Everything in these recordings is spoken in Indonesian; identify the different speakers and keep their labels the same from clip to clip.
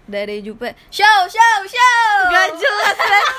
Speaker 1: dari Jupe. Show.
Speaker 2: Gak jelas.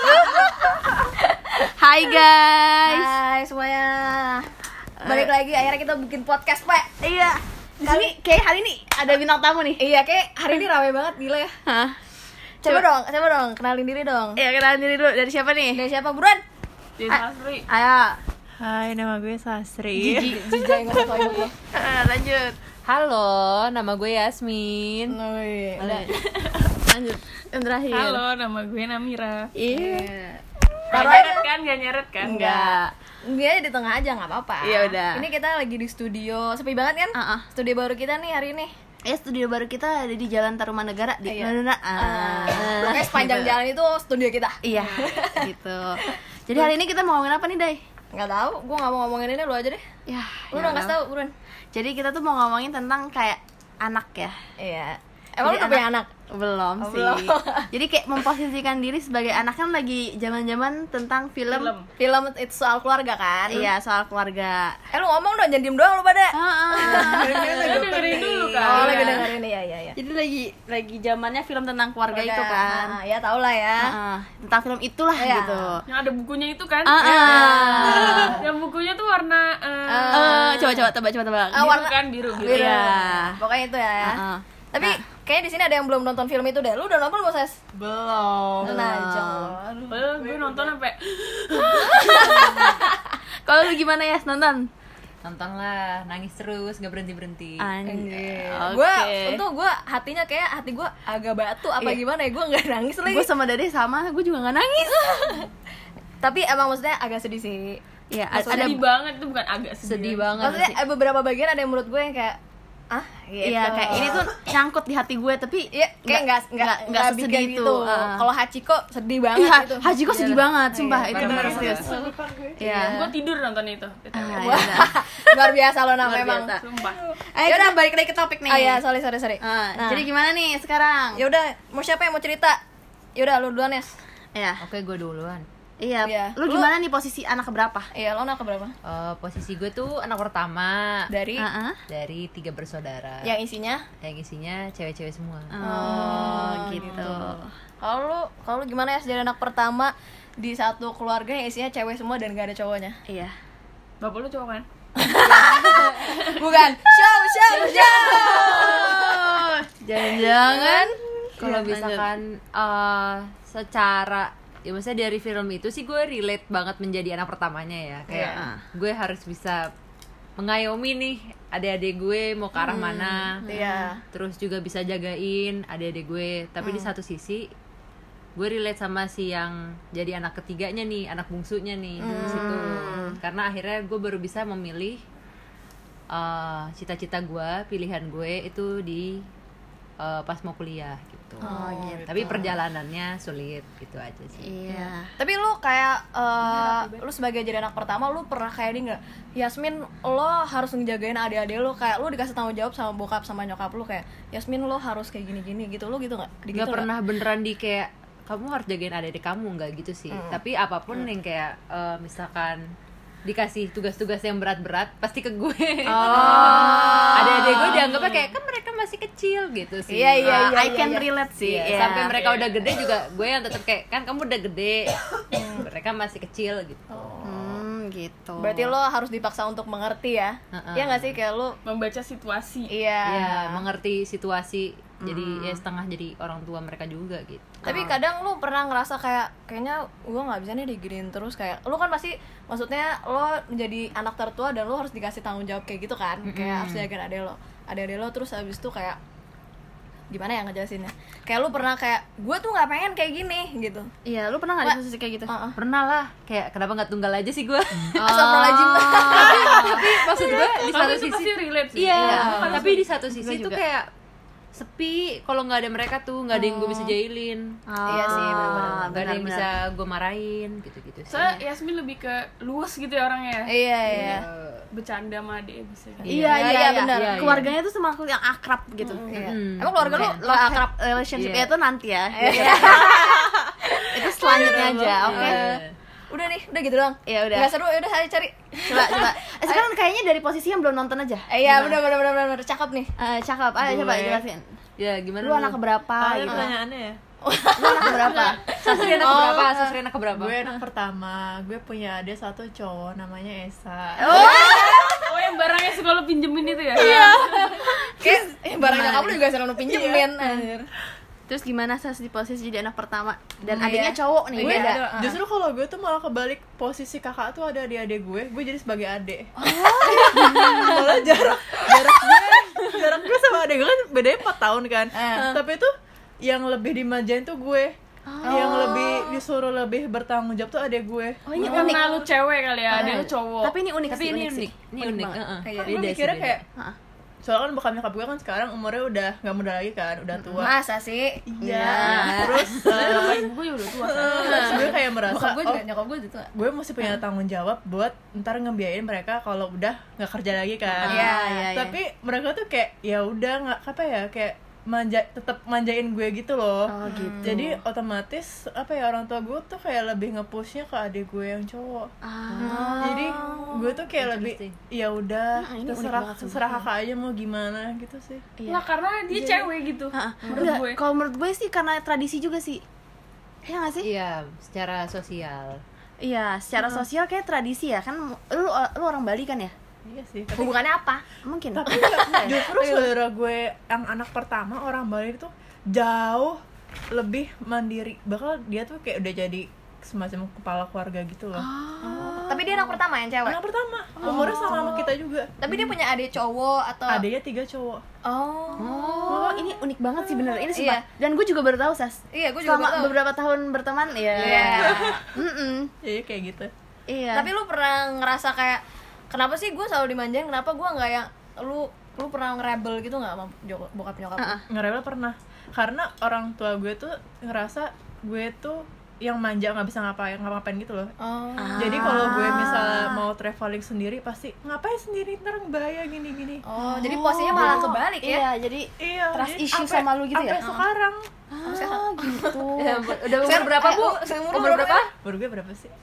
Speaker 2: Hai guys.
Speaker 1: Hai semuanya. Balik lagi akhirnya kita bikin podcast, Pak.
Speaker 2: Iya. Kayak hari ini ada bintang tamu nih.
Speaker 1: Iya, kayak hari ini rame banget, gila ya.
Speaker 2: Hah?
Speaker 1: Coba dong, kenalin diri dong.
Speaker 2: Iya, kenalan diri dulu. Dari siapa nih?
Speaker 1: Dari siapa, buruan?
Speaker 3: Sasri.
Speaker 2: Ayo.
Speaker 3: Hai, nama gue Sasri.
Speaker 1: Jijai enggak usah lo.
Speaker 2: Lanjut.
Speaker 4: Halo, nama gue Yasmin.
Speaker 2: Lanjut. Yang terakhir.
Speaker 3: Halo, nama gue Namira.
Speaker 2: Iya.
Speaker 3: Gak nyeret kan? Gak nyeret kan?
Speaker 2: Enggak.
Speaker 1: Enggak, di tengah aja enggak apa-apa.
Speaker 2: Iya, udah.
Speaker 1: Ini kita lagi di studio. Sepi banget kan? Studio baru kita nih hari ini.
Speaker 2: Ya, studio baru kita ada di Jalan Tarumanegara di
Speaker 1: Iya. Pokoknya sepanjang jalan itu studio kita.
Speaker 2: Iya, gitu. Jadi hari ini kita mau ngomongin apa nih, Day?
Speaker 1: Enggak tahu, gua enggak mau ngomongin ini, lu aja deh.
Speaker 2: Ya,
Speaker 1: Lu udah kasih tahu, buruan.
Speaker 2: Jadi kita tuh mau ngomongin tentang kayak anak ya.
Speaker 1: Iya. Emang lu
Speaker 2: Jadi
Speaker 1: udah punya anak?
Speaker 2: Belum
Speaker 1: Oh,
Speaker 2: sih.
Speaker 1: belum.
Speaker 2: Jadi kayak memposisikan diri sebagai anak kan lagi zaman-zaman tentang film.
Speaker 1: Film itu soal keluarga kan?
Speaker 2: Iya, soal keluarga.
Speaker 1: Lu ngomong dong, jangan diem doang lu pada.
Speaker 3: Lu dengerin dulu kan?
Speaker 1: Oh, lagi
Speaker 2: Iya.
Speaker 1: dengerin ya.
Speaker 2: Jadi lagi zamannya film tentang keluarga itu kan.
Speaker 1: Ya tau lah ya.
Speaker 2: Tentang film itulah
Speaker 1: Iya.
Speaker 2: gitu.
Speaker 3: Yang ada bukunya itu kan? Yang bukunya tuh warna
Speaker 2: Coba tebak.
Speaker 3: biru
Speaker 1: warna-
Speaker 3: kan? Biru.
Speaker 1: Biru.
Speaker 2: Iya.
Speaker 1: Pokoknya itu ya. Tapi kayaknya di sini ada yang belum nonton film itu deh. Lu udah nonton belum, Ses?
Speaker 3: Belum.
Speaker 1: Nah,
Speaker 3: Gue nonton sampai
Speaker 2: Kalau lu gimana ya nonton?
Speaker 4: Nonton lah, nangis terus, gak berhenti-berhenti.
Speaker 1: Gue hatinya kayak hati gue agak batu apa gimana ya, gue nggak nangis lagi.
Speaker 2: Gue sama Dede sama, gue juga nggak nangis.
Speaker 1: Tapi emang maksudnya agak sedih sih.
Speaker 2: Iya,
Speaker 1: Maksudnya
Speaker 3: sedih banget, itu bukan agak
Speaker 4: Sedih banget.
Speaker 1: Maksudnya beberapa bagian ada yang menurut gue yang kayak gitu.
Speaker 2: Iya, kayak ini tuh nyangkut di hati gue, tapi
Speaker 1: Iya, kayak nggak
Speaker 2: sesedih
Speaker 1: bikin
Speaker 2: itu.
Speaker 1: Kalau Hachiko sedih banget
Speaker 2: Iya,
Speaker 1: gitu.
Speaker 2: Haji kok sedih banget, sumpah itu
Speaker 3: bener,
Speaker 2: bener serius.
Speaker 1: Iya.
Speaker 3: Gue tidur nonton itu.
Speaker 2: Iya.
Speaker 1: Luar biasa lo
Speaker 2: Luar
Speaker 1: memang.
Speaker 2: biasa.
Speaker 3: Sumpah.
Speaker 2: Ayo kita balik lagi ke topik nih.
Speaker 1: Oh iya, sorry.
Speaker 2: Jadi gimana nih sekarang?
Speaker 1: Ya udah, mau siapa yang mau cerita? Ya udah, lu duluan, Yes.
Speaker 2: Iya.
Speaker 4: Oke, gue duluan.
Speaker 2: Iya.
Speaker 1: Iya.
Speaker 2: Lu gimana nih posisi anak keberapa?
Speaker 1: Iya, lo anak keberapa?
Speaker 4: Posisi gue tuh anak pertama
Speaker 1: Dari
Speaker 4: dari 3 bersaudara.
Speaker 1: yang isinya.
Speaker 4: Yang isinya cewek-cewek semua.
Speaker 2: Oh, gitu.
Speaker 1: Kalau lu gimana ya jadi anak pertama di satu keluarga yang isinya cewek semua dan gak ada cowoknya?
Speaker 2: Iya.
Speaker 3: Bapak lu cowok kan?
Speaker 1: Bukan. Show.
Speaker 2: Jangan-jangan
Speaker 4: Kalau
Speaker 2: Iya,
Speaker 4: misalkan secara ya maksudnya dari film itu sih gue relate banget menjadi anak pertamanya ya. Kayak gue harus bisa mengayomi nih adik-adik gue mau ke arah mana.
Speaker 1: Iya.
Speaker 4: Terus juga bisa jagain adik-adik gue. Tapi di satu sisi gue relate sama si yang jadi anak ketiganya nih, anak bungsunya nih di situ. Karena akhirnya gue baru bisa memilih cita-cita gue, pilihan gue itu di pas mau kuliah gitu.
Speaker 2: gitu.
Speaker 4: Tapi perjalanannya sulit gitu aja sih.
Speaker 2: Iya.
Speaker 1: Tapi lu kayak lu sebagai jadi anak pertama lu pernah kayak ini nggak? Yasmin, lo harus ngejagain adik-adik lu, kayak lu dikasih tanggung jawab sama bokap sama nyokap lu kayak Yasmin lo harus kayak gini-gini gitu, lu gitu nggak?
Speaker 4: Gak pernah beneran di kayak kamu harus jagain adik-adik kamu, nggak gitu sih. Tapi apapun yang kayak misalkan dikasih tugas-tugas yang berat-berat pasti ke gue. Adik-adik gue dianggapnya kayak kan mereka masih kecil gitu sih.
Speaker 1: Iya.
Speaker 2: I can relate sih.
Speaker 4: Iya,
Speaker 2: Iya.
Speaker 4: sampai mereka udah gede juga gue yang tetap kayak kan kamu udah gede. Mereka masih kecil gitu.
Speaker 2: Gitu.
Speaker 1: Berarti lo harus dipaksa untuk mengerti ya? Iya nggak sih, kayak lu?
Speaker 3: Membaca situasi.
Speaker 1: Iya.
Speaker 4: Ya, mengerti situasi. Jadi ya setengah jadi orang tua mereka juga gitu.
Speaker 1: Tapi kadang lu pernah ngerasa kayaknya gue nggak bisa nih diginiin terus, kayak lu kan pasti maksudnya lo menjadi anak tertua dan lo harus dikasih tanggung jawab kayak gitu kan, kayak harus jagain adik lo terus habis itu kayak gimana ya ngejelasinnya, kayak lu pernah kayak gue tuh nggak pengen kayak gini gitu.
Speaker 2: Iya, lu pernah nggak di posisi kayak gitu?
Speaker 4: Pernah lah, kayak kenapa nggak tunggal aja sih gue.
Speaker 1: Astagfirullahaladzim.
Speaker 4: Tapi maksud gue di satu
Speaker 3: Tapi itu
Speaker 4: sisi
Speaker 3: pasti relate sih.
Speaker 4: iya,
Speaker 3: Iya.
Speaker 4: tapi di satu sisi tuh
Speaker 2: juga.
Speaker 4: kayak sepi kalau nggak ada mereka tuh, nggak ada yang gue bisa jailin,
Speaker 1: Iya sih, benar-benar.
Speaker 4: nggak ada yang bisa gue marahin gitu-gitu sih.
Speaker 3: Soalnya Yasmin lebih ke luas gitu ya orangnya.
Speaker 1: Iya.
Speaker 3: Bercanda sama adik bisa kan.
Speaker 1: Iya, benar.
Speaker 4: Iya,
Speaker 2: Keluarganya tuh sama aku yang akrab gitu.
Speaker 1: Iya. Emang keluarga lu
Speaker 2: Lo akrab relationship
Speaker 4: Iya.
Speaker 2: itu nanti ya. Itu selanjutnya aja, oke?
Speaker 1: Udah nih, udah gitu doang.
Speaker 2: Iya, udah.
Speaker 1: Nggak seru, ya udah ayo cari.
Speaker 2: Coba. Sekarang kayaknya dari posisi yang belum nonton aja.
Speaker 1: Iya, benar. Cakep nih.
Speaker 2: Cakep. Ayo coba
Speaker 4: Boleh.
Speaker 2: jelasin.
Speaker 4: Ya gimana
Speaker 2: Lu anak keberapa
Speaker 5: Ada
Speaker 2: gitu?
Speaker 5: pertanyaannya ya?
Speaker 2: Lu anak keberapa?
Speaker 4: Sasri anak keberapa? Sasri anak keberapa?
Speaker 5: Gue anak pertama, gue punya adik satu cowok namanya Esa.
Speaker 3: Oh, yang barangnya suka lu pinjemin itu ya? Iya.
Speaker 1: Kayak barangnya kamu juga selalu pinjemin anjir.
Speaker 2: Terus gimana Sas di posisi jadi anak pertama? Dan
Speaker 1: Iya.
Speaker 2: adiknya cowok nih,
Speaker 5: Gue
Speaker 2: beda.
Speaker 5: justru kalau gue tuh malah kebalik, posisi kakak tuh ada di adik gue jadi sebagai adik. Malah jarak gue sama adik gue kan bedanya 4 tahun kan. Tapi tuh yang lebih dimanjain tuh gue. Yang lebih disuruh lebih bertanggung jawab tuh adik gue.
Speaker 2: Oh, ini unik.
Speaker 3: Karena lu cewek kali ya, dia lu cowok.
Speaker 2: Tapi ini unik
Speaker 4: Tapi
Speaker 2: sih,
Speaker 4: ini
Speaker 2: sih.
Speaker 4: unik. Ini unik.
Speaker 2: banget.
Speaker 1: Iya.
Speaker 5: Gue mikirnya kayak
Speaker 2: Heeh.
Speaker 5: soalnya kan bokap nyokap gue kan sekarang umurnya udah gak muda lagi kan, udah tua.
Speaker 1: Masa sih?
Speaker 5: Iya. Terus
Speaker 3: Bapak ibu gue juga udah tua.
Speaker 5: terus gue kayak merasa
Speaker 1: Bokap gue juga,
Speaker 5: oh,
Speaker 1: nyokap gue gitu.
Speaker 5: gue mesti punya tanggung jawab buat ntar ngebiayain mereka kalau udah nggak kerja lagi kan.
Speaker 1: Iya,
Speaker 2: iya.
Speaker 5: Tapi mereka tuh kayak ya udah nggak apa ya, kayak tetap manjain gue gitu loh.
Speaker 2: Oh, gitu.
Speaker 5: Jadi otomatis apa ya, orang tua gue tuh kayak lebih nge-pushnya ke adik gue yang cowok. Jadi gue tuh kayak lebih ya udah
Speaker 2: Nah, ini unik
Speaker 5: terserah
Speaker 2: banget,
Speaker 5: terserah kakak aja mau gimana gitu sih.
Speaker 2: Iya.
Speaker 3: Lah karena dia cewek gitu. Menurut
Speaker 2: Enggak,
Speaker 3: gue.
Speaker 2: kalau menurut gue sih karena tradisi juga sih. Iya nggak sih?
Speaker 4: Iya, secara sosial.
Speaker 2: Iya, secara sosial kayak tradisi ya kan. Lu orang Bali kan ya?
Speaker 5: Iya sih. Tapi,
Speaker 1: Hubungannya apa?
Speaker 2: Mungkin.
Speaker 5: tapi justru saudara gue yang anak pertama orang Bali itu jauh lebih mandiri. Bakal dia tuh kayak udah jadi semacam kepala keluarga gitu loh.
Speaker 1: Tapi dia anak pertama yang cewek.
Speaker 5: Anak pertama, umurnya sama kita juga.
Speaker 1: Tapi dia punya adik cowok atau
Speaker 5: Adanya 3 cowok.
Speaker 2: Oh, ini unik banget sih bener. Ini
Speaker 1: Iya.
Speaker 2: sumpah. Dan gue juga baru tahu, Sas.
Speaker 1: Iya, gue juga
Speaker 2: Selama
Speaker 1: baru tahu.
Speaker 2: beberapa tahun berteman, ya.
Speaker 1: Iya.
Speaker 5: Jadi kayak gitu.
Speaker 2: Iya.
Speaker 1: Tapi lu pernah ngerasa kayak kenapa sih gue selalu dimanjain, kenapa gue nggak yang lu pernah nge-rebel gitu nggak sama bokap nyokap?
Speaker 5: Ngerebel pernah. Karena orang tua gue tuh ngerasa gue tuh yang manja, nggak bisa ngapain gitu loh.
Speaker 1: Oh.
Speaker 5: Jadi kalau gue misalnya mau traveling sendiri pasti ngapain sendiri, ntar bahaya gini-gini.
Speaker 1: Oh, jadi posisinya malah kebalik ya?
Speaker 2: Iya, jadi
Speaker 5: Iya,
Speaker 2: trust
Speaker 5: jadi
Speaker 2: issue sama lu gitu ya?
Speaker 5: sampai sekarang.
Speaker 2: gitu.
Speaker 4: Ya, udah umur berapa, Bu? Umur berapa?
Speaker 5: Umur gue berapa sih?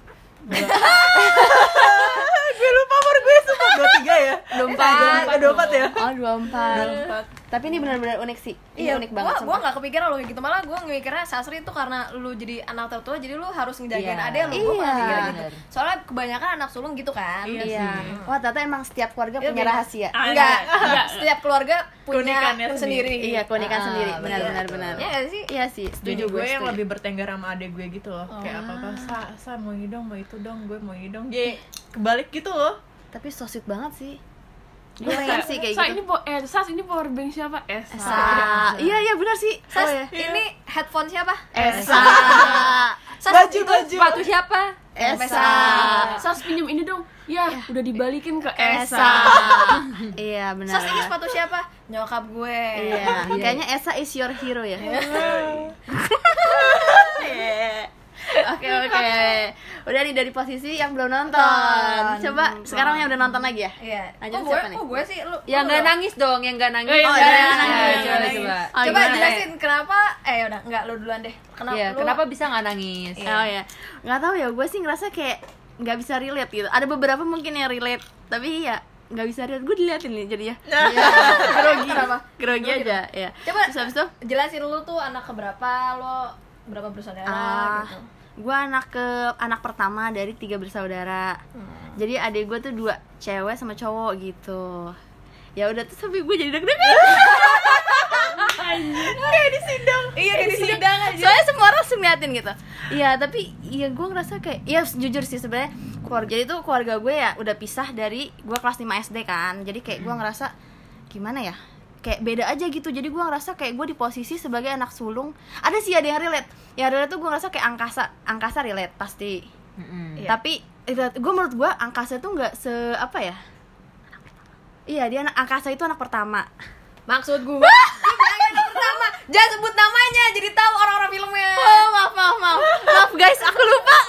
Speaker 5: Gue lupa umur gue semua. 23 ya? 24 ya?
Speaker 2: Oh, 24.
Speaker 5: 24.
Speaker 2: Tapi ini benar-benar unik sih. Ini unik banget.
Speaker 1: Gue nggak kepikiran loh gitu, malah gue mikirnya Sasri itu karena lu jadi anak tertua, jadi lu harus ngejagain
Speaker 4: Iya.
Speaker 1: adek lu. Gue pernah
Speaker 2: Iya.
Speaker 1: mikirnya gitu.
Speaker 4: Bener.
Speaker 1: Soalnya kebanyakan anak sulung gitu kan.
Speaker 5: Iya
Speaker 2: Iya.
Speaker 5: sih.
Speaker 2: Wah, ternyata emang setiap keluarga
Speaker 1: Iya,
Speaker 2: punya
Speaker 1: beda.
Speaker 2: rahasia.
Speaker 1: Enggak, setiap keluarga punya
Speaker 5: Keunikannya
Speaker 1: sendiri.
Speaker 2: Iya, keunikan
Speaker 4: Ah,
Speaker 2: sendiri.
Speaker 4: benar,
Speaker 2: Benar-benar.
Speaker 1: Iya nggak sih?
Speaker 2: Iya sih.
Speaker 5: Jadi
Speaker 2: Setuju
Speaker 5: gue yang
Speaker 2: setuju.
Speaker 5: lebih bertengkar sama adek gue gitu loh. Kayak apa-apa, sa mau ini dong, mau itu dong, gue mau ini dong. Jadi kebalik gitu loh.
Speaker 2: Tapi so sweet banget sih. Gue pengen sih kayak
Speaker 3: Sas,
Speaker 2: gitu.
Speaker 3: Sas, ini power bank siapa?
Speaker 2: Esa. Iya benar sih.
Speaker 1: Sas,
Speaker 2: Oh, ya.
Speaker 1: ini headphone siapa?
Speaker 2: Esa.
Speaker 1: Sas,
Speaker 5: Baju.
Speaker 4: Sepatu siapa?
Speaker 2: Esa.
Speaker 3: Sas pinjem ini dong. Ya, udah dibalikin ke Esa.
Speaker 2: Iya benar.
Speaker 1: Sas, ini sepatu siapa? Nyokap gue.
Speaker 2: Iya. Kayaknya Esa is your hero ya. Oke. Udah nih dari posisi yang belum nonton. Coba sekarang yang udah nonton lagi ya.
Speaker 1: Iya.
Speaker 2: Lanjut
Speaker 1: Kok
Speaker 2: siapa nih?
Speaker 1: gue sih lu.
Speaker 4: Yang
Speaker 1: lu
Speaker 4: nggak
Speaker 1: dong.
Speaker 4: nangis dong, yang nggak nangis.
Speaker 3: Oh, yang
Speaker 2: Oh,
Speaker 3: nggak
Speaker 2: iya,
Speaker 3: nangis.
Speaker 2: nangis.
Speaker 4: Coba,
Speaker 1: nangis.
Speaker 4: coba.
Speaker 2: Oh,
Speaker 1: Coba
Speaker 2: gimana?
Speaker 1: jelasin kenapa? Udah enggak lu duluan deh. Kenapa?
Speaker 4: Iya,
Speaker 1: lu-
Speaker 4: kenapa bisa nggak nangis?
Speaker 2: Oh ya, nggak tahu ya. Gue sih ngerasa kayak nggak bisa relate gitu. Ada beberapa mungkin yang relate, tapi ya nggak bisa relate. Gue diliatin nih jadinya. Grogi, grogi aja. Ya.
Speaker 1: Coba
Speaker 2: Terus habis itu,
Speaker 1: jelasin lu tuh anak keberapa, lo berapa bersaudara gitu.
Speaker 2: gue anak pertama dari 3 bersaudara. Jadi adik gue tuh 2 cewek sama cowok gitu. Ya udah tuh sampai gue jadi deg-degan. Kayak di sidang.
Speaker 1: Iya, kayak di sidang aja.
Speaker 2: Soalnya semua orang langsung ngeliatin gitu. Iya, tapi ya gue ngerasa kayak, ya jujur sih sebenarnya keluarga itu keluarga gue ya udah pisah dari gue kelas 5 SD kan. Jadi kayak gue ngerasa gimana ya? Kayak beda aja gitu. Jadi gue ngerasa kayak gue di posisi sebagai anak sulung. Ada sih ada yang relate. Yang relate tuh gue ngerasa kayak angkasa relate pasti.
Speaker 1: Iya.
Speaker 2: Tapi gue menurut gue angkasa tuh nggak apa ya? Iya, dia angkasa itu anak pertama.
Speaker 1: Maksud gue, lu bilangnya anak pertama. Jangan sebut namanya, jadi tahu orang-orang filmnya.
Speaker 2: Oh, maaf guys, aku lupa.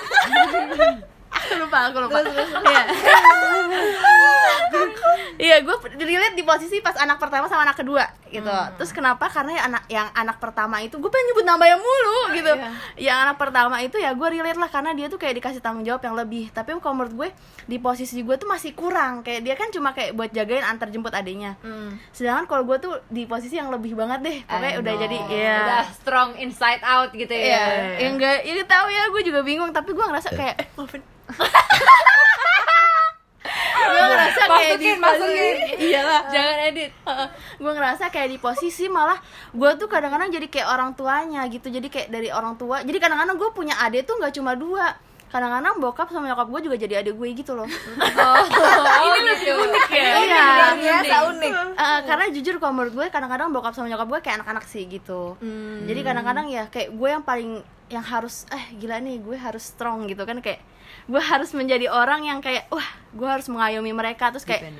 Speaker 2: aku lupa. Iya. Iya, gue relate di posisi pas anak pertama sama anak kedua gitu. Terus kenapa? Karena yang anak pertama itu gue pengen nyebut namanya mulu gitu. Yang anak pertama itu ya gue relate lah, karena dia tuh kayak dikasih tanggung jawab yang lebih. Tapi kalau menurut gue di posisi gue tuh masih kurang. Kayak dia kan cuma kayak buat jagain antar jemput adiknya. Sedangkan kalau gue tuh di posisi yang lebih banget deh. Pokoknya udah jadi
Speaker 4: udah strong inside out gitu ya.
Speaker 2: ya enggak, ya tahu ya, gue juga bingung. Tapi gue ngerasa kayak gue ngerasa kayak
Speaker 4: masukin.
Speaker 2: Iyalah,
Speaker 4: Jangan edit.
Speaker 2: gue ngerasa kayak di posisi malah gue tuh kadang-kadang jadi kayak orang tuanya gitu. Jadi kayak dari orang tua, jadi kadang-kadang gue punya adik tuh nggak cuma 2, kadang-kadang bokap sama nyokap gue juga jadi adik gue gitu loh.
Speaker 3: Ini lebih unik ya.
Speaker 2: Iya,
Speaker 1: biasa unik.
Speaker 2: karena jujur kalau menurut gue kadang-kadang bokap sama nyokap gue kayak anak-anak sih gitu. Jadi kadang-kadang ya kayak gue yang paling yang harus gila nih, gue harus strong gitu kan, kayak gue harus menjadi orang yang kayak wah, gue harus mengayomi mereka, terus kayak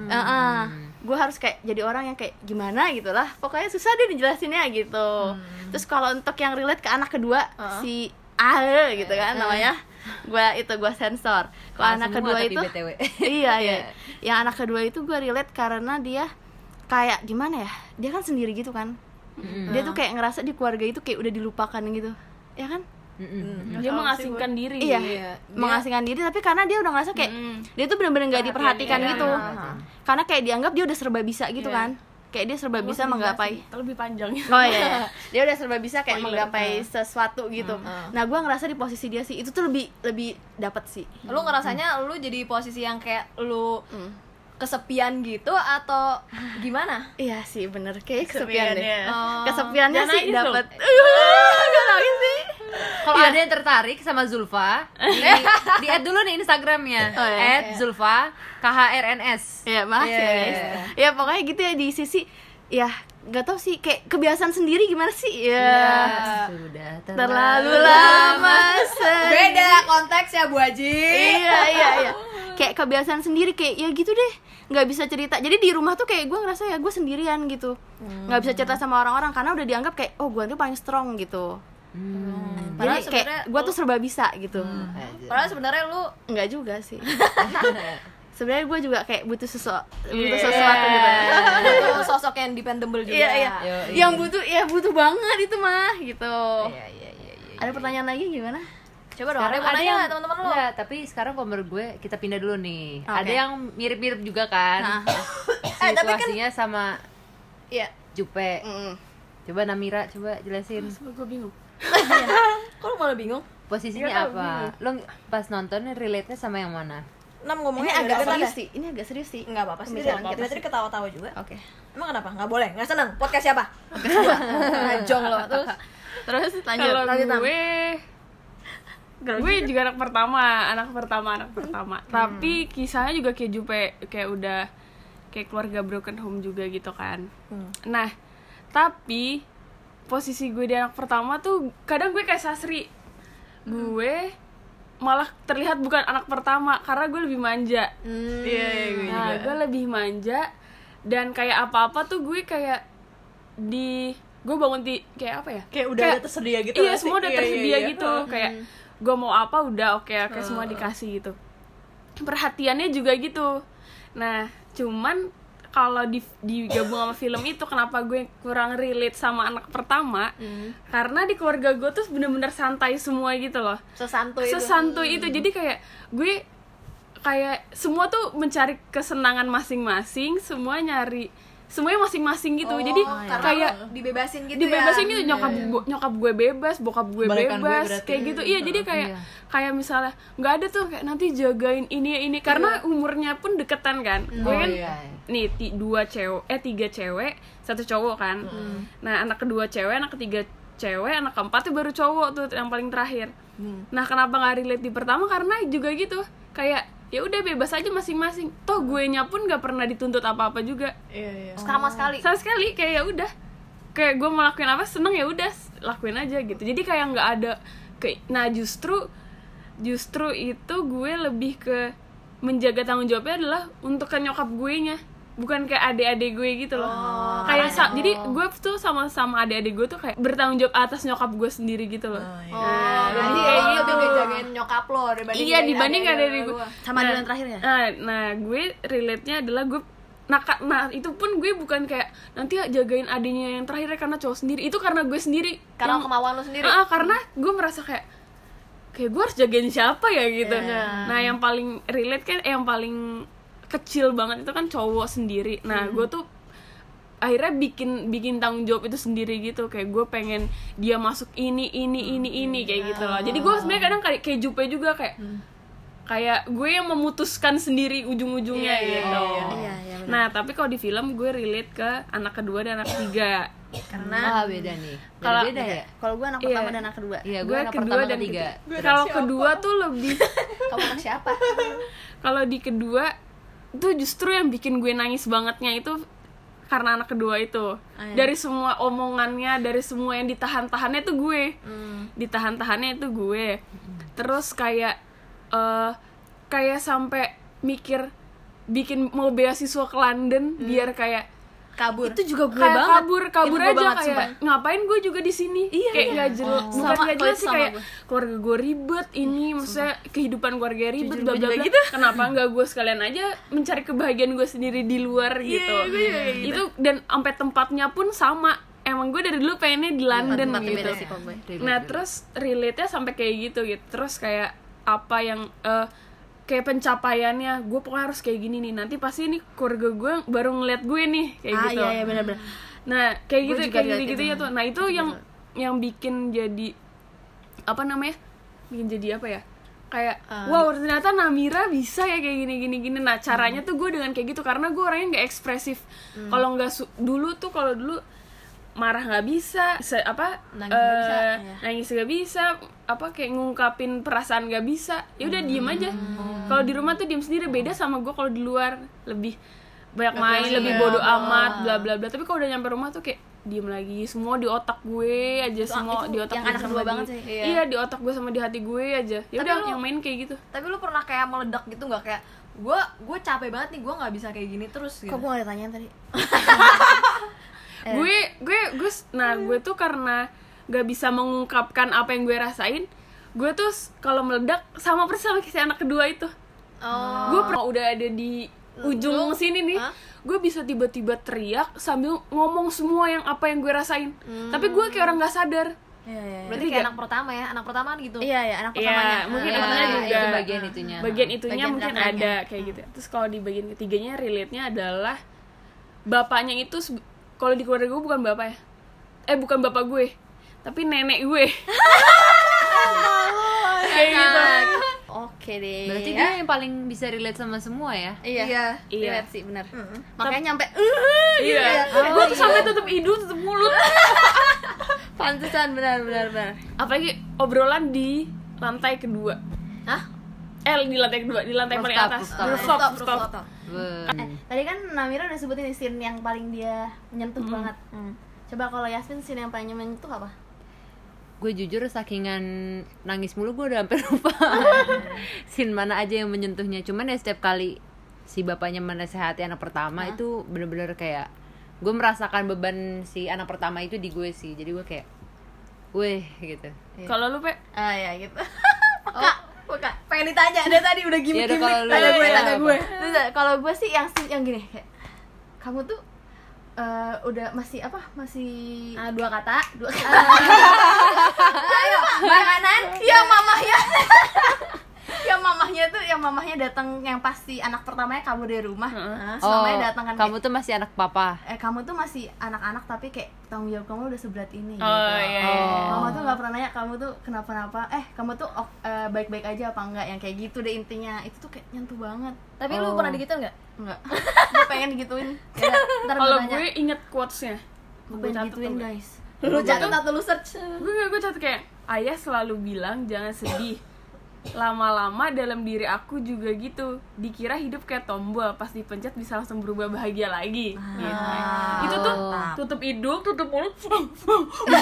Speaker 2: gue harus kayak jadi orang yang kayak gimana gitu lah, pokoknya susah deh dijelasinnya gitu. Terus kalau untuk yang relate ke anak kedua si gitu kan namanya, gue sensor. Kalau anak kedua itu
Speaker 4: BTW.
Speaker 2: iya yang anak kedua itu gue relate karena dia kayak gimana ya, dia kan sendiri gitu kan. Dia tuh kayak ngerasa di keluarga itu kayak udah dilupakan gitu, ya kan?
Speaker 3: Dia mengasingkan diri.
Speaker 2: Iya, mengasingkan diri, tapi karena dia udah ngerasa kayak dia tuh benar-benar nggak diperhatikan gitu. Karena kayak dianggap dia udah serba bisa gitu kan. Kayak dia serba bisa menggapai.
Speaker 3: Lebih panjang.
Speaker 2: Oh iya, dia udah serba bisa kayak menggapai sesuatu gitu. Nah, gue ngerasa di posisi dia sih itu tuh lebih dapat sih.
Speaker 1: Lu ngerasanya lu jadi posisi yang kayak lu kesepian gitu atau gimana?
Speaker 2: Iya sih, bener, kayak kesepian deh.
Speaker 5: Kesepiannya.
Speaker 2: Kesepiannya
Speaker 3: Jangan
Speaker 2: sih
Speaker 3: nangis dong.
Speaker 2: dapat. Gak nangis sih.
Speaker 4: Kalau ada yang tertarik sama Zulfa, di add dulu nih Instagramnya,
Speaker 2: Oh, iya.
Speaker 4: @Zulfa KHRNS.
Speaker 2: Ya makasih ya guys. Ya pokoknya gitu ya, di sisi ya nggak tahu sih, kayak kebiasaan sendiri gimana sih ya.
Speaker 4: Sudah
Speaker 2: Terlalu lama
Speaker 1: Beda konteks ya Bu Haji.
Speaker 2: iya kayak kebiasaan sendiri, kayak ya gitu deh, nggak bisa cerita. Jadi di rumah tuh kayak gue ngerasa ya gue sendirian gitu, nggak bisa cerita sama orang-orang karena udah dianggap kayak oh gue tuh paling strong gitu.
Speaker 1: Padahal
Speaker 2: Jadi kayak gue tuh serba bisa gitu.
Speaker 1: Padahal sebenarnya lu
Speaker 2: Nggak juga sih. Sebenarnya gue juga kayak butuh sesuatu gitu.
Speaker 1: butuh sosok yang dependable juga.
Speaker 2: Iya. Yang butuh banget itu mah gitu.
Speaker 4: Iya.
Speaker 2: Ada pertanyaan lagi gimana?
Speaker 1: Coba dong, ada yang mau nanya nggak teman-teman lu?
Speaker 4: Enggak, tapi sekarang kalau menurut gue kita pindah dulu nih.
Speaker 2: Oke.
Speaker 4: Ada yang mirip-mirip juga kan.
Speaker 1: tapi kan-
Speaker 4: Situasinya sama
Speaker 1: Iya.
Speaker 4: Jupe. Coba Namira, coba jelasin.
Speaker 3: Gue bingung.
Speaker 1: Kok lu malah bingung?
Speaker 4: Posisinya apa? Lo pas nonton relate-nya sama yang mana?
Speaker 1: Nam
Speaker 2: Ini
Speaker 1: ngomongnya
Speaker 2: agak
Speaker 1: serius
Speaker 2: serius sih. Ini agak serius sih.
Speaker 1: Enggak apa-apa sih.
Speaker 2: Pembicaraan kita
Speaker 1: Kita tadi ketawa-tawa juga.
Speaker 2: Oke.
Speaker 1: Emang kenapa? Enggak boleh? Enggak seneng? Podcast siapa? Jong lo. Terus
Speaker 2: Terus
Speaker 3: Kalau
Speaker 2: lanjut Tam.
Speaker 3: gue juga anak pertama. Tapi kisahnya juga kayak Jupe, kayak udah kayak keluarga broken home juga gitu kan. Nah, tapi posisi gue di anak pertama tuh kadang gue kayak Sasri. Gue malah terlihat bukan anak pertama karena gue lebih manja.
Speaker 5: Iya, gue
Speaker 3: Nah,
Speaker 5: juga.
Speaker 3: gue lebih manja dan kayak apa-apa tuh gue kayak gue bangun kayak apa ya?
Speaker 5: Kayak udah ada tersedia gitu
Speaker 3: Iya,
Speaker 5: nggak sih?
Speaker 3: semua udah
Speaker 5: Iya,
Speaker 3: tersedia
Speaker 5: iya.
Speaker 3: gitu. Kayak gue mau apa udah oke semua dikasih gitu. Perhatiannya juga gitu. Nah, cuman kalau digabung sama film itu kenapa gue kurang relate sama anak pertama? Karena di keluarga gue tuh bener-bener santai semua gitu loh. Sesantuy itu. Jadi kayak gue kayak semua tuh mencari kesenangan masing-masing, semuanya masing-masing gitu. Jadi kayak
Speaker 1: dibebasin gitu
Speaker 3: dibebasin
Speaker 1: ya.
Speaker 3: gitu, nyokap gue bebas, bokap gue
Speaker 5: Balikan gue
Speaker 3: bebas,
Speaker 5: berarti.
Speaker 3: kayak gitu. Iya, jadi kayak misalnya nggak ada tuh kayak nanti jagain ini karena umurnya pun deketan kan. Gue kan nih 3 cewek, 1 cowok kan. Nah, anak kedua cewek, anak ketiga cewek, anak keempat tuh baru cowok tuh yang paling terakhir. Nah, kenapa nggak relate di pertama? Karena juga gitu, kayak ya udah bebas aja masing-masing. Toh gue nya pun nggak pernah dituntut apa-apa juga.
Speaker 5: Iya.
Speaker 1: Sama sekali.
Speaker 3: Sama sekali, kayak ya udah, kayak gue mau lakuin apa seneng ya udah lakuin aja gitu. Jadi kayak nggak ada nah justru itu gue lebih ke menjaga tanggung jawabnya adalah untuk ke nyokap gue nya, bukan kayak adik-adik gue gitu loh. Kayak jadi gue tuh sama adik-adik gue tuh kayak bertanggung jawab atas nyokap gue sendiri gitu loh.
Speaker 1: Jadi
Speaker 3: kayak
Speaker 1: lo
Speaker 3: gitu.
Speaker 1: lebih ngejagain nyokap lo dibanding
Speaker 3: Dibanding adik-adik gue.
Speaker 2: Sama dulu yang terakhir ya?
Speaker 3: Nah, gue relate-nya adalah gue nah itu pun gue bukan kayak nanti jagain adiknya yang terakhir karena cowok sendiri, itu karena gue sendiri,
Speaker 1: Karena kemauan lu sendiri.
Speaker 3: karena gue merasa kayak gue harus jagain siapa ya gitu. Nah yang paling relate kan, yang paling kecil banget itu kan cowok sendiri. Nah gue tuh akhirnya bikin tanggung jawab itu sendiri gitu, kayak gue pengen dia masuk ini kayak gitu loh. Jadi gue sebenarnya kadang kayak Jupe juga kayak gue yang memutuskan sendiri ujung-ujungnya gitu.
Speaker 2: Iya,
Speaker 3: Nah tapi kalau di film gue relate ke anak kedua dan anak ketiga.
Speaker 2: karena
Speaker 4: beda nih.
Speaker 3: Kalau-
Speaker 4: Beda ya?
Speaker 2: kalau gue anak pertama dan anak kedua.
Speaker 4: Iya, gue
Speaker 3: Gue
Speaker 4: anak
Speaker 3: kedua
Speaker 4: pertama
Speaker 3: dan
Speaker 4: ketiga.
Speaker 3: Kalau kedua tuh lebih
Speaker 1: Kamu anak siapa?
Speaker 3: kalau di kedua tuh justru yang bikin gue nangis bangetnya itu karena anak kedua itu. Dari semua omongannya, dari semua yang ditahan-tahannya tuh gue. Ditahan-tahannya itu gue. Terus kayak sampai mikir bikin mau beasiswa ke London biar kayak
Speaker 1: Kabur.
Speaker 2: Itu juga gue
Speaker 3: kayak
Speaker 2: banget.
Speaker 3: kabur
Speaker 2: Itu gue
Speaker 3: aja
Speaker 2: banget,
Speaker 3: kayak
Speaker 2: sumpah.
Speaker 3: ngapain gue juga di sini. Kayak nggak jelas, bukan
Speaker 2: Sama,
Speaker 3: nggak
Speaker 2: kalau
Speaker 3: jelas
Speaker 2: itu
Speaker 3: sih,
Speaker 2: sama
Speaker 3: kayak
Speaker 2: gue.
Speaker 3: keluarga gue ribet ini, maksudnya kehidupan keluarga ribet,
Speaker 2: Jujur,
Speaker 3: bla
Speaker 2: gue
Speaker 3: bla
Speaker 2: juga
Speaker 3: bla.
Speaker 2: gitu.
Speaker 3: Kenapa nggak gue sekalian aja mencari kebahagiaan gue sendiri di luar gitu. Itu dan sampai tempatnya pun sama. Emang gue dari dulu pengennya di London
Speaker 2: Tempatnya
Speaker 3: gitu.
Speaker 2: beda sih kalau gue.
Speaker 3: Nah terus relate-nya sampai kayak gitu. Terus kayak apa yang kayak pencapaiannya, gue pokoknya harus kayak gini nih, nanti pasti nih keluarga gue baru ngeliat gue nih kayak gitu.
Speaker 2: Iya benar-benar.
Speaker 3: Nah kayak
Speaker 2: Gue
Speaker 3: gitu
Speaker 2: juga
Speaker 3: kayak
Speaker 2: liat
Speaker 3: gitu ya
Speaker 2: itu.
Speaker 3: tuh. Nah itu yang bikin jadi apa namanya, bikin jadi apa ya, kayak wow ternyata Namira bisa ya kayak gini. Nah caranya tuh gue dengan kayak gitu, karena gue orangnya nggak ekspresif. Kalau nggak dulu marah nggak bisa, nangis nggak bisa, apa kayak ngungkapin perasaan nggak bisa, ya udah diem aja. Kalau di rumah tuh diem sendiri. Beda sama gue kalau di luar lebih banyak main, lebih bodo amat, bla bla bla. Tapi kalau udah nyampe rumah tuh kayak diem lagi, semua di otak gue aja, semua di otak
Speaker 2: yang
Speaker 3: gue
Speaker 2: anak
Speaker 3: sama
Speaker 2: kedua
Speaker 3: di,
Speaker 2: banget sih.
Speaker 3: iya di otak gue sama di hati gue aja. Ya
Speaker 1: Tapi
Speaker 3: udah
Speaker 1: lu-
Speaker 3: yang main kayak gitu.
Speaker 1: Tapi lu pernah kayak meledak gitu nggak, kayak gue capek banget nih, gue nggak bisa kayak gini terus gitu.
Speaker 2: Kok gue gak ditanyain tadi?
Speaker 3: Gue tuh karena gak bisa mengungkapkan apa yang gue rasain, gue tuh kalau meledak sama persis sama kayak si anak kedua itu. Gue pernah udah ada di ujung sini nih, gue bisa tiba-tiba teriak sambil ngomong semua apa yang gue rasain. Tapi gue kayak orang gak sadar.
Speaker 2: Iya.
Speaker 1: Berarti kayak anak pertama ya, anak pertama kan gitu.
Speaker 2: Iya, anak pertamanya.
Speaker 3: Mungkin
Speaker 4: Ah,
Speaker 3: itunya juga.
Speaker 4: itu bagian itunya.
Speaker 3: Bagian itunya
Speaker 2: Bagian
Speaker 3: mungkin
Speaker 2: terakhirnya.
Speaker 3: ada kayak gitu. Terus kalau di bagian ketiganya relate-nya adalah bapaknya itu kalau di keluarga gue bukan bapak ya. Bukan bapak gue, tapi nenek gue. Kayak gitu.
Speaker 2: Oke deh.
Speaker 4: Berarti dia yang paling bisa relate sama semua ya?
Speaker 2: Iya.
Speaker 3: Iya.
Speaker 2: Relate sih benar. Makanya nyampe
Speaker 3: Iya. Gue tuh sampai tutup hidung, tutup mulut.
Speaker 2: pantesan benar.
Speaker 3: Apalagi obrolan di lantai kedua.
Speaker 1: Hah?
Speaker 3: Di lantai kedua, di lantai paling
Speaker 4: Rooftop,
Speaker 3: atas.
Speaker 4: rooftop.
Speaker 3: Rooftop.
Speaker 2: Tadi kan Namira udah sebutin nih scene yang paling dia menyentuh banget. Coba kalau Yasmin scene yang paling menyentuh apa?
Speaker 4: Gue jujur sakingan nangis mulu gue udah sampai lupa scene mana aja yang menyentuhnya. Cuman ya setiap kali si bapaknya menasehati anak pertama itu bener-bener kayak gue merasakan beban si anak pertama itu di gue sih. Jadi gue kayak weh gitu.
Speaker 3: Kalau lu, Pe?
Speaker 2: Ya gitu.
Speaker 1: Peka, pengen ditanya dari tadi udah
Speaker 4: Iya, udah,
Speaker 1: gimmick-gimmick.
Speaker 4: kalau lu
Speaker 1: Tanya gue,
Speaker 4: apa?
Speaker 1: tanya gue.
Speaker 2: Terus kalau gue sih yang gini kayak kamu tuh udah masih masih
Speaker 1: 2 kata.
Speaker 2: ayo makanan yang mamahnya datang, yang pasti anak pertamanya kabur dari rumah. Mamanya datang kan
Speaker 4: kamu tuh masih anak papa.
Speaker 2: kamu tuh masih anak-anak tapi kayak tanggung jawab kamu udah seberat ini gitu.
Speaker 3: Iya.
Speaker 2: Mama tuh nggak pernah nanya kamu tuh kenapa-napa, kamu tuh baik-baik aja apa enggak, yang kayak gitu deh intinya. Itu tuh kayak nyentuh banget.
Speaker 1: Tapi lu pernah digituin nggak?
Speaker 2: Enggak. Gue pengen digituin. Ya, ntar
Speaker 3: Kalau
Speaker 2: gue tanya.
Speaker 3: gue inget quotes-nya.
Speaker 2: Gue pengen digituin guys.
Speaker 1: Lu catat atau lu search?
Speaker 3: Gue catat kayak ayah selalu bilang jangan sedih. Lama-lama dalam diri aku juga gitu. Dikira hidup kayak tombol, pas dipencet bisa langsung berubah bahagia lagi. Gitu. Itu tuh tutup hidung, tutup mulut.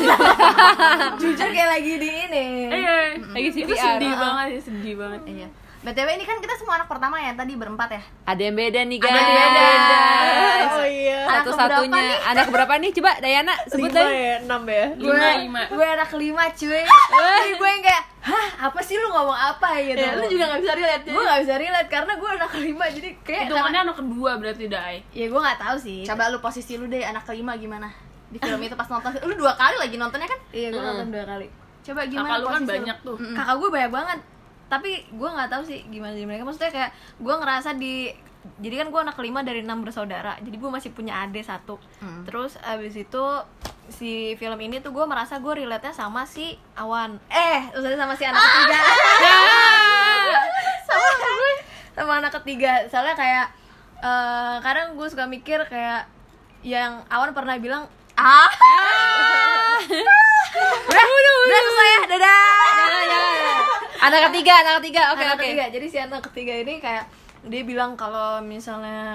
Speaker 1: Jujur kayak lagi di ini.
Speaker 3: Iya.
Speaker 4: Lagi
Speaker 3: Itu
Speaker 4: CPR.
Speaker 3: sedih banget ya, sedih banget.
Speaker 2: Iya. BTW ini kan kita semua anak pertama ya, tadi berempat ya.
Speaker 4: Ada yang beda nih, guys.
Speaker 2: Ada yang beda.
Speaker 5: Oh iya.
Speaker 2: Anak
Speaker 4: Satu-satunya.
Speaker 2: keberapa nih?
Speaker 4: Anak berapa nih? Coba Dayana sebut
Speaker 5: 5
Speaker 4: deh.
Speaker 5: ya, 6 ya.
Speaker 3: Lima.
Speaker 1: Gue anak kelima cuy. Jadi gue yang kayak, hah apa sih lu ngomong apa gitu.
Speaker 2: Ya, lu juga gak bisa relate.
Speaker 1: Gue gak bisa relate karena gue anak kelima. Jadi kayak
Speaker 3: Hitungannya anak kedua berarti Dai.
Speaker 1: ya gue gak tahu sih.
Speaker 2: Coba lu posisi lu deh, anak kelima gimana? Di film itu pas nonton, lu 2 kali lagi nontonnya kan?
Speaker 1: Iya gue nonton 2 kali.
Speaker 2: Coba gimana
Speaker 3: Kakak lu kan
Speaker 2: posisi
Speaker 3: banyak tuh.
Speaker 1: Kakak gue banyak banget. Tapi gue nggak tahu sih gimana di mereka. Maksudnya kayak gue ngerasa jadi kan gue anak kelima dari 6 bersaudara. Jadi gue masih punya adik 1. Terus abis itu si film ini tuh gue merasa gue relate-nya sama si Awan. Maksudnya sama si anak ketiga. sama anak ketiga. Soalnya kayak kadang gue suka mikir kayak yang Awan pernah bilang udah selesai ya, dadah.
Speaker 4: Anak ketiga. Oke.
Speaker 1: Anak ketiga. Jadi si anak ketiga ini kayak dia bilang kalau misalnya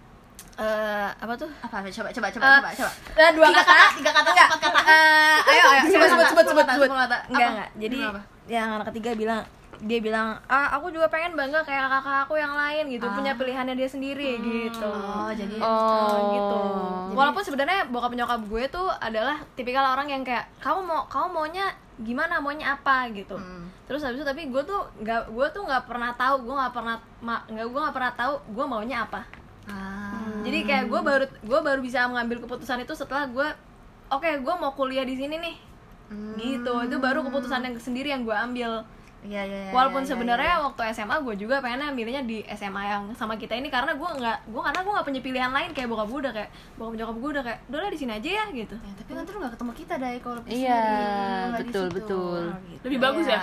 Speaker 1: apa tuh?
Speaker 2: Apa? Coba.
Speaker 1: 2
Speaker 2: Tiga kata, 4 kata.
Speaker 1: Ayo sebut
Speaker 2: kata.
Speaker 1: Enggak. Jadi
Speaker 2: Kenapa?
Speaker 1: yang anak ketiga dia bilang, aku juga pengen bangga kayak kakak aku yang lain gitu, punya pilihannya dia sendiri gitu.
Speaker 2: Jadi
Speaker 1: gitu. Walaupun sebenarnya bokap nyokap gue tuh adalah tipikal orang yang kayak kamu maunya gimana, maunya apa gitu. Terus habis itu tapi gue tuh nggak pernah tahu, gue nggak pernah tahu gue maunya apa. Jadi kayak gue baru bisa mengambil keputusan itu setelah gue gue mau kuliah di sini nih. Gitu. Itu baru keputusan yang sendiri yang gue ambil.
Speaker 2: Iya.
Speaker 1: Walaupun sebenarnya waktu SMA gue juga pengennya milihnya di SMA yang sama kita ini karena gue nggak punya pilihan lain. Kayak bokap nyokap gue udah kayak udahlah di sini aja ya gitu.
Speaker 2: Ya, tapi nanti lu gak ketemu kita deh kalau
Speaker 4: Iya, betul.
Speaker 3: Lebih bagus ya?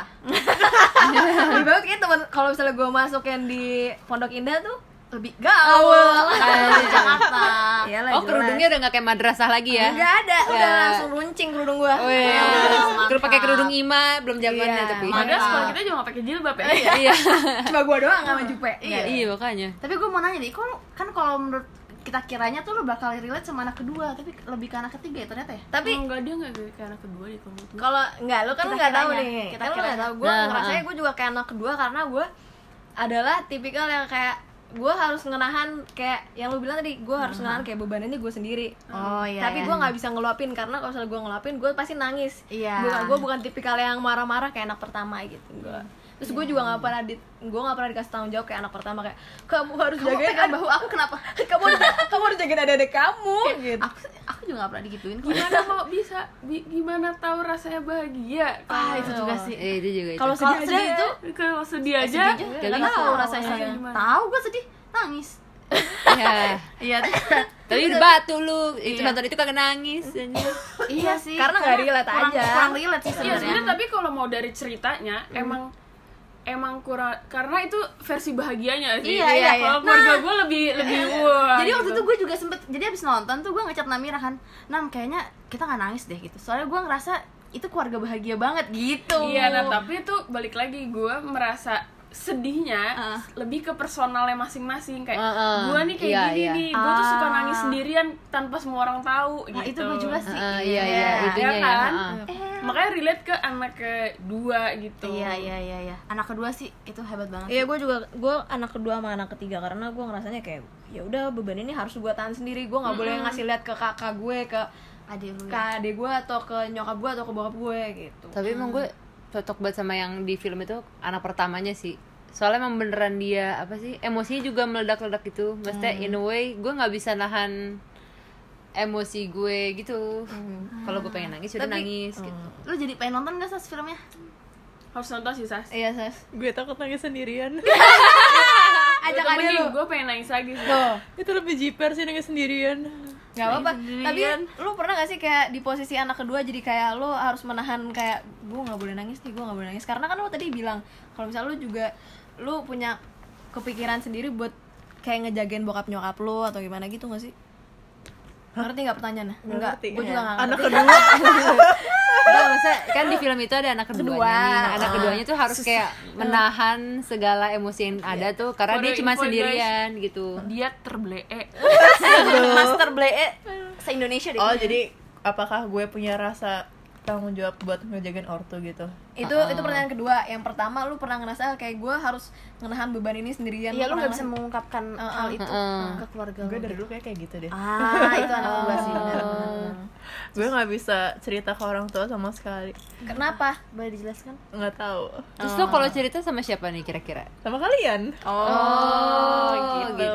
Speaker 1: Lebih bagus kayak teman kalau misalnya gue masuk yang di Pondok Indah tuh
Speaker 2: lebih gaul di Jakarta.
Speaker 1: Iyalah,
Speaker 4: Oh, kerudungnya udah gak kayak madrasah lagi ya?
Speaker 1: nggak ada, udah langsung runcing kerudung gue.
Speaker 4: Pakai kerudung ima belum zamannya
Speaker 1: Iya.
Speaker 4: tapi.
Speaker 3: Padahal sekolah kita juga gak pakai jilbab ya.
Speaker 4: Iya.
Speaker 1: Cuma gue doang nggak sama Jupe.
Speaker 4: Iya, makanya.
Speaker 2: Tapi gue mau nanya nih, kalau menurut kita kiranya tuh lu bakal relate sama anak kedua, tapi lebih ke anak ketiga ya ternyata ya.
Speaker 1: Tapi
Speaker 3: Enggak, dia enggak kayak anak kedua di kamu tuh.
Speaker 1: kalau nggak, lu kan
Speaker 2: Kita
Speaker 1: nggak tahu
Speaker 2: kiranya.
Speaker 1: nih.
Speaker 2: Kita
Speaker 1: Kan lu nggak
Speaker 2: kiranya.
Speaker 1: tahu. Gue ngerasanya gue juga kayak anak kedua karena gue adalah tipikal yang kayak gue harus ngenahan kayak yang lu bilang tadi, gue harus ngenahan kayak beban ini gue sendiri.
Speaker 2: Oh iya.
Speaker 1: Tapi gue nggak bisa ngeluapin karena kalau misalnya gue ngeluapin gue pasti nangis.
Speaker 2: Iya.
Speaker 1: Gue bukan tipikal yang marah-marah kayak anak pertama gitu. Terus gue juga nggak pernah dikasih tanggung jawab kayak anak pertama kayak kamu harus jagain
Speaker 2: pegang bahu aku kenapa?
Speaker 1: kamu harus jagain adik-adik kamu gitu.
Speaker 2: Aku juga gak pernah digituin kok.
Speaker 3: Gimana mau bisa gimana tahu rasanya bahagia?
Speaker 2: Itu juga sih.
Speaker 4: Itu juga itu.
Speaker 1: Kalau sedih aja
Speaker 2: itu
Speaker 3: Kalau sedih aja,
Speaker 2: gak tahu rasanya. Tahu gue sedih, nangis.
Speaker 4: Iya.
Speaker 2: Iya.
Speaker 4: Tapi udah batu lu. Itu nonton itu kagak nangis.
Speaker 2: Iya sih.
Speaker 1: Karena nggak relate aja.
Speaker 2: Kurang relate sih
Speaker 3: Iya
Speaker 2: sebenarnya.
Speaker 3: sebenarnya, tapi kalau mau dari ceritanya emang kurang, karena itu versi bahagianya sih.
Speaker 2: Iya.
Speaker 3: Kalau keluarga gue lebih wah.
Speaker 2: Jadi waktu
Speaker 3: gitu.
Speaker 2: itu gue juga sempet, jadi abis nonton tuh gue ngechat Namira kan, Nam kayaknya kita gak nangis deh gitu. Soalnya gue ngerasa itu keluarga bahagia banget gitu.
Speaker 3: Iya, nah tapi itu balik lagi gue merasa sedihnya lebih ke personalnya masing-masing kayak gue nih kayak gini nih, gue tuh suka nangis sendirian tanpa semua orang tahu gitu.
Speaker 2: Nah, itu gue juga sih.
Speaker 4: Iya, itunya
Speaker 3: ya kan?
Speaker 4: ya.
Speaker 3: Makanya relate ke anak kedua gitu.
Speaker 2: Iya. Anak kedua sih itu hebat banget.
Speaker 1: Iya, gue anak kedua sama anak ketiga karena gue ngerasanya kayak ya udah beban ini harus gue tahan sendiri. Gue nggak boleh ngasih lihat ke kakak gue, ke adik gue atau ke nyokap gue atau ke bokap gue gitu.
Speaker 4: Tapi emang gue cocok banget sama yang di film itu anak pertamanya sih. Soalnya emang beneran dia apa sih, emosinya juga meledak-ledak gitu. Maksudnya in a way gue nggak bisa nahan emosi gue gitu. Kalau gue pengen nangis udah nangis gitu.
Speaker 2: Lu jadi pengen nonton gak Sas filmnya?
Speaker 3: Harus nonton sih, Sas.
Speaker 1: Iya, Sas.
Speaker 5: Gue takut nangis sendirian.
Speaker 1: Ajak aja lu.
Speaker 3: Gue pengen nangis lagi sih.
Speaker 5: Itu lebih jiper sih nangis sendirian.
Speaker 1: Gak apa-apa. Tapi lu pernah gak sih kayak di posisi anak kedua jadi kayak lu harus menahan kayak gue nggak boleh nangis nih, gue nggak boleh nangis karena kan lu tadi bilang kalau misalnya lu juga lu punya kepikiran sendiri buat kayak ngejagain bokap nyokap lu atau gimana gitu nggak sih? Ngerti nggak pertanyaannya? Enggak, gue juga nggak ngerti.
Speaker 5: Anak kedua.
Speaker 4: Udah, maksudnya kan di film itu ada anak keduanya nih. Anak keduanya tuh harus kayak menahan segala emosi yang ada tuh karena dia cuma sendirian gitu.
Speaker 3: Dia terblee.
Speaker 2: Master Blee se-Indonesia deh.
Speaker 5: Oh, jadi apakah gue punya rasa tanggung jawab buat ngejagain ortu gitu?
Speaker 1: Itu pertanyaan kedua. Yang pertama, lu pernah ngerasa kayak gue harus menahan beban ini sendirian?
Speaker 2: Iya, lu
Speaker 1: pernah
Speaker 2: nggak bisa mengungkapkan hal itu ke keluarga
Speaker 5: Gue
Speaker 2: lu.
Speaker 5: dari dulu kayak gitu deh.
Speaker 2: Itu anak gua sih.
Speaker 5: Gue nggak bisa cerita ke orang tua sama sekali.
Speaker 1: Kenapa?
Speaker 2: Boleh dijelaskan?
Speaker 5: Nggak tahu.
Speaker 4: Terus lo kalau cerita sama siapa nih kira-kira?
Speaker 5: Sama kalian?
Speaker 2: Gitu.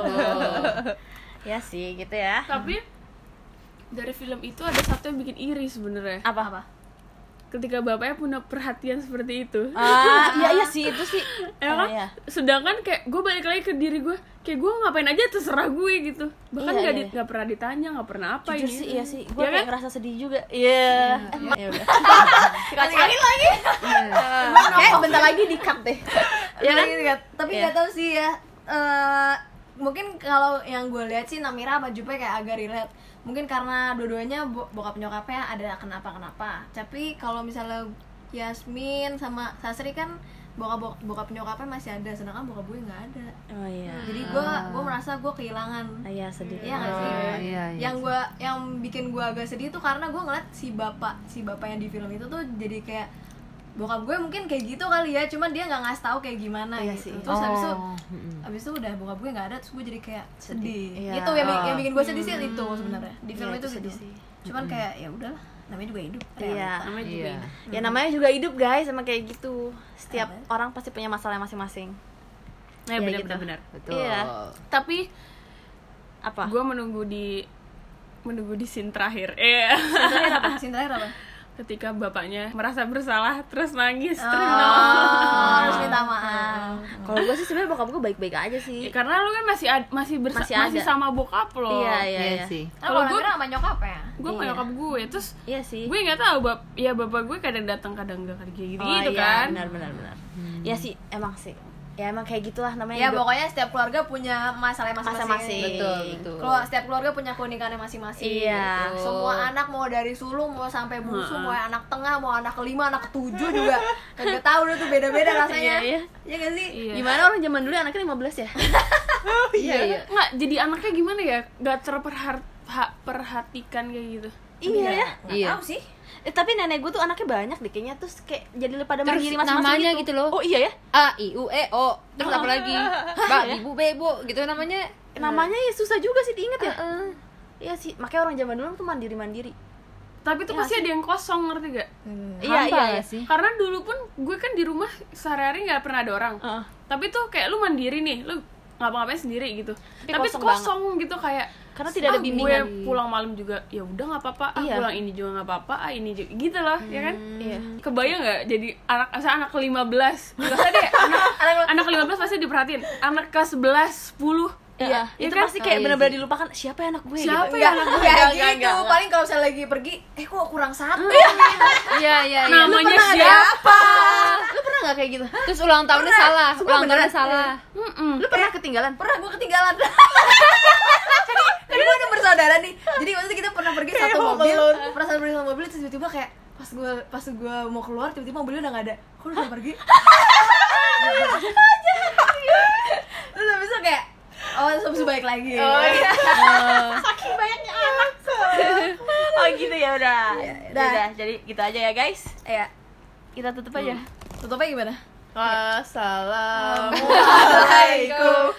Speaker 2: Ya sih, gitu ya.
Speaker 3: Tapi dari film itu ada satu yang bikin iri sebenarnya.
Speaker 2: Apa?
Speaker 3: Ketika bapaknya punya perhatian seperti itu.
Speaker 2: Iya sih, itu sih.
Speaker 3: Ya kan?
Speaker 2: Iya.
Speaker 3: Sedangkan kayak gue balik lagi ke diri gue, kayak gue ngapain aja terserah gue gitu. Bahkan
Speaker 2: Iya,
Speaker 3: nggak pernah ditanya, nggak pernah apa
Speaker 2: Jujur
Speaker 3: ini.
Speaker 2: sih, iya sih. Gue
Speaker 3: Ya
Speaker 2: kayak
Speaker 3: kan?
Speaker 2: ngerasa sedih juga. Iya. Ya udah.
Speaker 1: Sekali lagi.
Speaker 2: Kayak bentar lagi di-cut deh.
Speaker 1: Ya kan? Tapi nggak tahu sih ya. Mungkin kalau yang gue lihat sih Namira sama Jupe kayak agak relate. Mungkin karena dua-duanya bokap nyokapnya ada kenapa-kenapa. Tapi kalau misalnya Yasmin sama Sasri kan bokap nyokapnya masih ada, sedangkan bokap gue nggak ada.
Speaker 2: Oh iya.
Speaker 1: Jadi gue merasa gue kehilangan.
Speaker 2: Iya, sedih.
Speaker 1: Iya nggak sih?
Speaker 4: iya,
Speaker 1: Yang bikin gue agak sedih tuh karena gue ngeliat si bapak yang di film itu tuh jadi kayak bokap gue mungkin kayak gitu kali ya, cuman dia nggak ngasih tahu kayak gimana gitu. Terus habis itu udah bokap gue nggak ada, terus gue jadi kayak sedih.
Speaker 2: Iya.
Speaker 1: Itu yang bikin gue sedih sih itu sebenarnya di film
Speaker 2: Iya,
Speaker 1: itu
Speaker 2: itu sedih
Speaker 1: gitu.
Speaker 2: sih.
Speaker 1: Cuman kayak ya udahlah, namanya juga hidup.
Speaker 2: Iya.
Speaker 3: Namanya juga
Speaker 4: Iya.
Speaker 3: ini.
Speaker 2: Ya namanya juga hidup guys, sama kayak gitu. Setiap orang pasti punya masalah masing-masing.
Speaker 3: Nah,
Speaker 2: Ya,
Speaker 3: benar-benar.
Speaker 4: Betul.
Speaker 2: Iya.
Speaker 3: Tapi
Speaker 2: Apa?
Speaker 3: gue menunggu di scene terakhir. Iya.
Speaker 1: Scene terakhir apa?
Speaker 3: Ketika bapaknya merasa bersalah terus nangis terus
Speaker 1: Harus minta maaf.
Speaker 2: Kalau gue sih sebenarnya bokap gue baik-baik aja sih.
Speaker 3: Ya, karena lu kan masih
Speaker 2: Masih
Speaker 3: masih
Speaker 2: ada.
Speaker 3: sama bokap lo.
Speaker 2: Iya
Speaker 4: Iya sih.
Speaker 1: Kalau
Speaker 3: Kalau
Speaker 1: gue sama nyokap ya.
Speaker 3: Gue sama
Speaker 2: Iya.
Speaker 3: nyokap gue terus
Speaker 2: Iya sih.
Speaker 3: gue nggak tahu bapak gue kadang datang kadang enggak kayak gitu
Speaker 2: iya,
Speaker 3: kan.
Speaker 2: Benar. Ya sih, emang sih. Ya emang kayak gitulah namanya
Speaker 1: Ya
Speaker 2: hidup.
Speaker 1: pokoknya setiap keluarga punya masalah masing-masing.
Speaker 2: Masing-masing.
Speaker 4: Betul.
Speaker 1: Kalau setiap keluarga punya keunikannya masing-masing.
Speaker 2: Iya.
Speaker 1: Gitu. Semua anak mau dari sulung mau sampai bungsu, mau yang anak tengah, mau anak kelima, anak ketujuh juga kagak tahu deh tuh beda-beda rasanya.
Speaker 2: Iya.
Speaker 1: Iya gak sih?
Speaker 3: Iya.
Speaker 2: Gimana orang zaman dulu anaknya 15 ya?
Speaker 4: Iya.
Speaker 3: Nggak, jadi anaknya gimana ya? Nggak terperhatikan kayak gitu.
Speaker 2: Iya ya.
Speaker 1: Nggak
Speaker 4: Iya.
Speaker 1: tahu sih.
Speaker 2: Tapi nenek gue tuh anaknya banyak deh kayaknya, terus kayak jadi pada
Speaker 4: Terus
Speaker 2: mandiri masing-masing
Speaker 4: namanya gitu loh.
Speaker 2: Oh iya ya.
Speaker 4: A I U E O. Terus apa lagi? Ba Ibu Bebo gitu namanya.
Speaker 2: Namanya ya susah juga sih diinget ya. Iya sih, makanya orang zaman dulu tuh mandiri-mandiri.
Speaker 3: Tapi tuh pasti ada yang kosong, ngerti gak?
Speaker 2: Iya
Speaker 4: Hampa sih.
Speaker 3: Karena dulu pun gue kan di rumah sehari-hari nggak pernah ada orang. Tapi tuh kayak lu mandiri nih, lu ngapa-ngapain sendiri gitu. Tapi
Speaker 2: kosong
Speaker 3: kosong gitu kayak
Speaker 2: Karena tidak ada bimbingan.
Speaker 3: Gue pulang malam juga ya udah nggak apa-apa.
Speaker 2: Iya.
Speaker 3: Pulang ini juga nggak apa-apa. Ini juga gitu loh, ya kan?
Speaker 2: Iya.
Speaker 3: Kebayang nggak jadi anak ke-15. Enggak usah deh, anak ke-15 pasti diperhatiin. Anak ke-11, 10.
Speaker 2: Iya,
Speaker 3: Ya
Speaker 2: itu
Speaker 3: kan?
Speaker 2: pasti kayak benar-benar dilupakan siapa ya anak gue
Speaker 3: Siapa
Speaker 2: gitu.
Speaker 3: ya anak gue?
Speaker 1: Kayak
Speaker 2: Enggak,
Speaker 1: gitu.
Speaker 2: enggak.
Speaker 1: Paling kalau misalnya lagi pergi, kok kurang satu.
Speaker 4: Iya.
Speaker 3: Namanya siapa?
Speaker 2: Lu pernah enggak kayak gitu?
Speaker 4: Terus ulang tahunnya salah. Ulang tahunnya
Speaker 2: beneran.
Speaker 4: salah.
Speaker 2: Lu pernah ketinggalan?
Speaker 1: Pernah gue ketinggalan. Jadi gue udah bersaudara nih. Jadi waktu itu kita pernah pergi satu mobil, pernah satu mobil terus tiba-tiba kayak pas gue mau keluar tiba-tiba mobilnya udah nggak ada. Kok udah pergi? Terus habis itu kayak langsung baik lagi.
Speaker 2: iya. Saking banyaknya anak. Oh gitu ya udah. Udah, jadi gitu aja ya guys.
Speaker 1: Ya,
Speaker 2: Kita tutup aja.
Speaker 1: tutupnya gimana?
Speaker 5: Wassalamualaikum.
Speaker 1: Waalaikumsalam.